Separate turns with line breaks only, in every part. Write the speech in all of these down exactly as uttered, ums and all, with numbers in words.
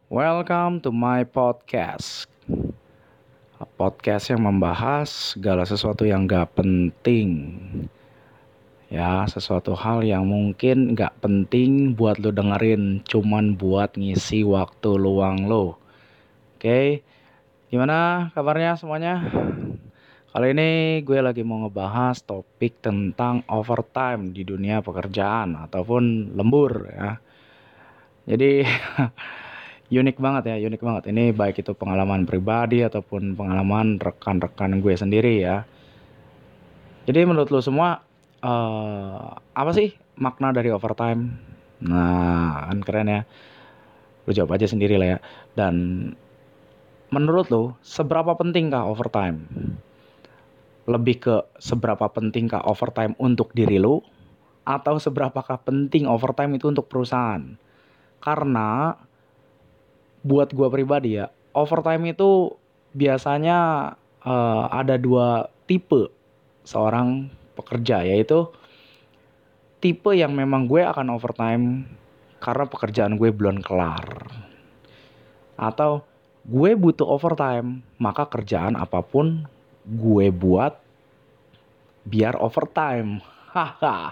Welcome to my podcast. Podcast yang membahas segala sesuatu yang gak penting. Ya, sesuatu hal yang mungkin gak penting buat lo dengerin, cuman buat ngisi waktu luang lo. Oke, gimana kabarnya semuanya? Kali ini gue lagi mau ngebahas topik tentang overtime di dunia pekerjaan ataupun lembur ya. Jadi unik banget ya, unik banget. Ini baik itu pengalaman pribadi ataupun pengalaman rekan-rekan gue sendiri ya. Jadi menurut lo semua eh apa sih makna dari overtime? Nah, kan keren ya. Lo jawab aja sendiri lah ya. Dan menurut lo seberapa pentingkah overtime? Lebih ke seberapa pentingkah overtime untuk diri lo atau seberapakah penting overtime itu untuk perusahaan? Karena buat gue pribadi ya, overtime itu biasanya eh, ada dua tipe seorang pekerja, yaitu tipe yang memang gue akan overtime karena pekerjaan gue belum kelar, atau gue butuh overtime maka kerjaan apapun gue buat biar overtime. Haha.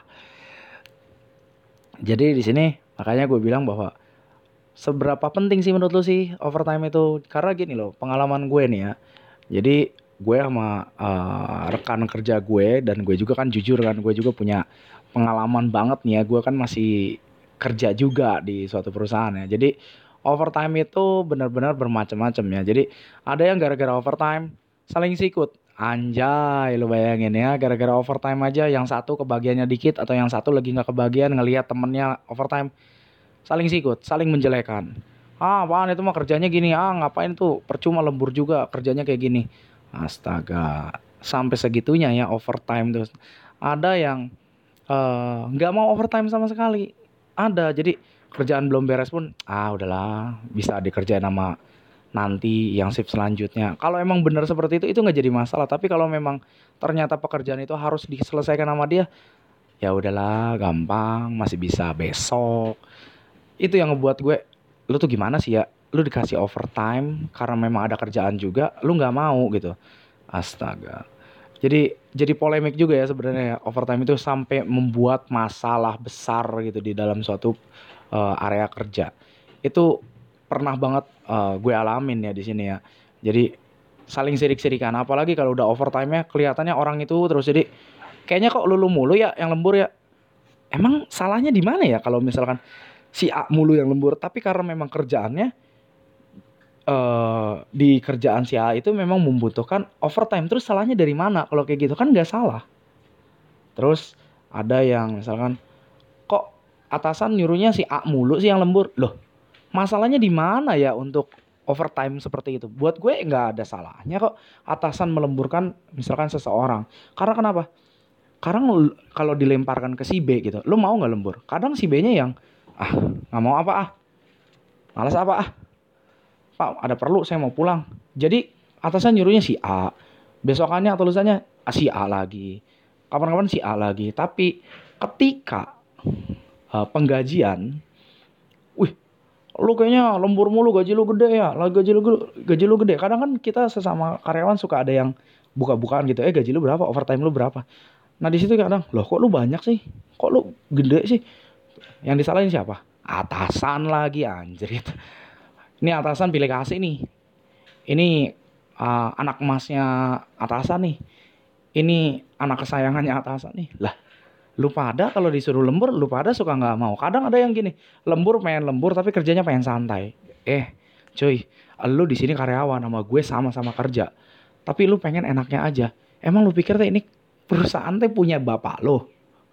Jadi di sini makanya gue bilang bahwa seberapa penting sih menurut lu sih overtime itu? Karena gini loh, pengalaman gue nih ya. Jadi gue sama eh, rekan kerja gue, dan gue juga kan jujur kan, gue juga punya pengalaman banget nih ya. Gue kan masih kerja juga di suatu perusahaan ya. Jadi overtime itu benar-benar bermacam-macam ya. Jadi ada yang gara-gara overtime saling sikut. Anjay, lu bayangin ya, gara-gara overtime aja yang satu kebagiannya dikit atau yang satu lagi nggak kebagian ngelihat temennya overtime, saling sikut, saling menjelekan. Ah, apaan itu mah kerjanya gini, ah ngapain tuh, percuma lembur juga kerjanya kayak gini. Astaga, sampai segitunya ya overtime tuh. Ada yang eh, nggak uh, mau overtime sama sekali. Ada, jadi kerjaan belum beres pun, ah udahlah, bisa dikerjain sama nanti yang shift selanjutnya. Kalau emang benar seperti itu, itu nggak jadi masalah. Tapi kalau memang ternyata pekerjaan itu harus diselesaikan sama dia, ya udahlah, gampang, masih bisa besok. Itu yang ngebuat gue, lu tuh gimana sih ya, lu dikasih overtime karena memang ada kerjaan juga, lu nggak mau gitu. Astaga, jadi jadi polemik juga ya sebenarnya ya, overtime itu sampai membuat masalah besar gitu di dalam suatu eh, area kerja. Itu pernah banget eh, gue alamin ya di sini ya. Jadi saling sirik-sirikan, apalagi kalau udah overtime-nya kelihatannya orang itu terus, jadi kayaknya kok lulu mulu ya yang lembur ya. Emang salahnya di mana ya kalau misalkan si A mulu yang lembur, tapi karena memang kerjaannya eh di kerjaan si A itu memang membutuhkan overtime. Terus salahnya dari mana? Kalau kayak gitu kan nggak salah. Terus ada yang misalkan, kok atasan nyuruhnya si A mulu sih yang lembur? Loh, masalahnya di mana ya untuk overtime seperti itu? Buat gue nggak ada salahnya kok atasan melemburkan misalkan seseorang. Karena kenapa? Karena kalau dilemparkan ke si B gitu, lo mau nggak lembur? Kadang si B-nya yang, ah nggak mau apa ah, malas apa ah, Pak ada perlu saya mau pulang. Jadi atasan nyuruhnya si A, besokannya atau lusannya ah, si A lagi, kapan-kapan si A lagi. Tapi ketika uh, penggajian, wih, lu kayaknya lembur mulu, gaji lu gede ya, lah gaji lu gaji lu gede. Kadang kan kita sesama karyawan suka ada yang buka-bukaan gitu, eh gaji lu berapa, overtime lu berapa. Nah di situ kadang, loh kok lu banyak sih, kok lu gede sih. Yang disalahin siapa? Atasan lagi, anjrit. Ini atasan pilih kasih nih, ini uh, anak emasnya atasan nih, ini anak kesayangannya atasan nih. Lah, lu pada kalau disuruh lembur, lu pada suka nggak mau. Kadang ada yang gini, lembur pengen lembur tapi kerjanya pengen santai. Eh, cuy, lu di sini karyawan sama gue sama-sama kerja, tapi lu pengen enaknya aja. Emang lu pikir teh ini perusahaan teh punya bapak lo?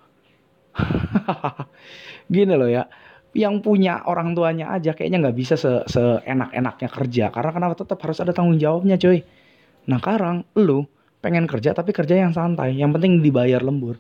Gini loh ya, yang punya orang tuanya aja kayaknya nggak bisa se seenak-enaknya kerja, karena kenapa, tetap harus ada tanggung jawabnya coy. Nah sekarang lu pengen kerja tapi kerja yang santai, yang penting dibayar lembur.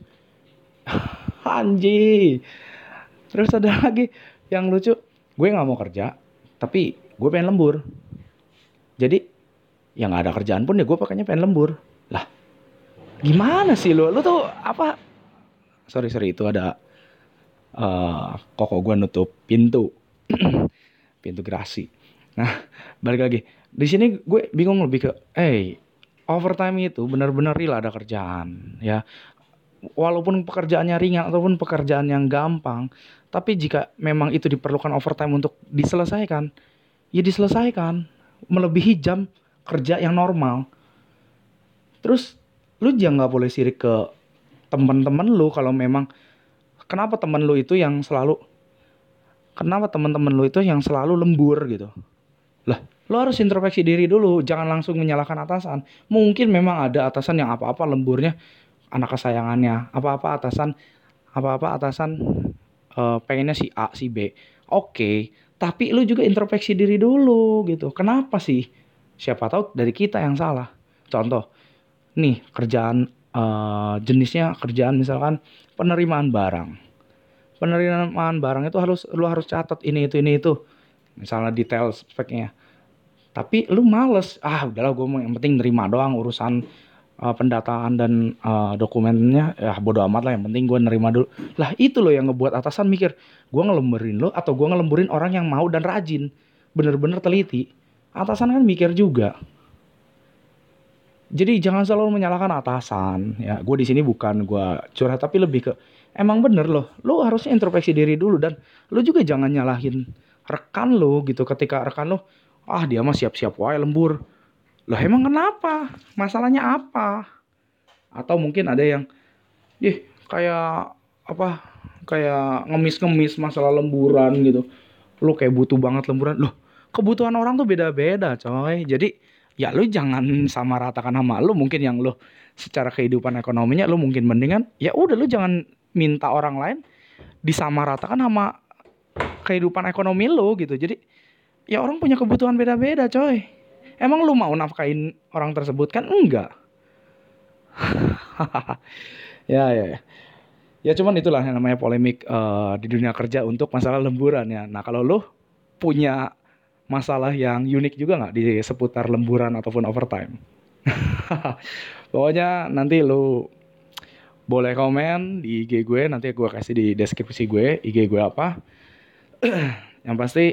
Anji. Terus ada lagi yang lucu, gue nggak mau kerja tapi gue pengen lembur. Jadi yang nggak ada kerjaan pun ya gue pakainya pengen lembur. Lah gimana sih lu? Lu tuh apa? Sorry sorry itu ada uh, koko gue nutup pintu pintu gerasi. Nah, balik lagi. Di sini gue bingung lebih ke, eh, overtime itu benar-benar real ada kerjaan, ya. Walaupun pekerjaannya ringan ataupun pekerjaan yang gampang, tapi jika memang itu diperlukan overtime untuk diselesaikan, ya diselesaikan. Melebihi jam kerja yang normal. Terus lu jangan nggak boleh sirik ke teman-teman lu kalau memang kenapa teman lu itu yang selalu kenapa teman-teman lu itu yang selalu lembur gitu. Lah, lo harus introspeksi diri dulu, jangan langsung menyalahkan atasan. Mungkin memang ada atasan yang apa-apa lemburnya anak kesayangannya, apa-apa atasan apa-apa atasan eh, pengennya si A, si B. Oke, tapi lu juga introspeksi diri dulu gitu. Kenapa sih? Siapa tahu dari kita yang salah. Contoh, nih kerjaan eh, jenisnya kerjaan misalkan penerimaan barang. Penerimaan barang itu harus lu harus catat ini itu ini itu. Misalnya detail speknya. Tapi lu males, ah udahlah gue mau yang penting nerima doang urusan uh, pendataan dan uh, dokumennya ya bodo amat lah yang penting gue nerima dulu. Lah itu loh yang ngebuat atasan mikir, gue ngelemburin lo atau gue ngelemburin orang yang mau dan rajin, bener-bener teliti. Atasan kan mikir juga. Jadi jangan selalu menyalahkan atasan. Ya, gue di sini bukan gue curhat tapi lebih ke emang bener loh. Lo harusnya introspeksi diri dulu dan lo juga jangan nyalahin rekan lo gitu ketika rekan lo ah dia mah siap-siap wae lembur. Loh emang kenapa? Masalahnya apa? Atau mungkin ada yang ih kayak apa? Kayak ngemis-ngemis masalah lemburan gitu. Lu kayak butuh banget lemburan. Loh, kebutuhan orang tuh beda-beda, coy. Jadi ya lu jangan sama ratakan sama lu mungkin yang lu secara kehidupan ekonominya lu mungkin mendingan ya udah lu jangan minta orang lain disamaratakan sama kehidupan ekonomi lu gitu. Jadi ya orang punya kebutuhan beda-beda, coy. Emang lu mau nafkain orang tersebut kan enggak? Ya, ya, ya. Ya cuman itulah yang namanya polemik eh, di dunia kerja untuk masalah lemburan ya. Nah kalau lu punya masalah yang unik juga nggak di seputar lemburan ataupun overtime? Pokoknya nanti lu boleh komen di I G gue, nanti gue kasih di deskripsi gue I G gue apa. Yang pasti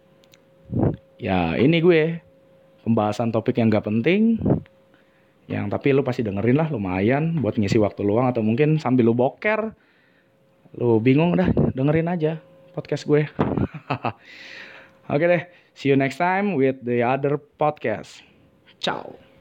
ya ini gue pembahasan topik yang gak penting, yang tapi lu pasti dengerin lah lumayan buat ngisi waktu luang atau mungkin sambil lu boker, lu bingung dah dengerin aja podcast gue. Oke deh, see you next time with the other podcast. Ciao.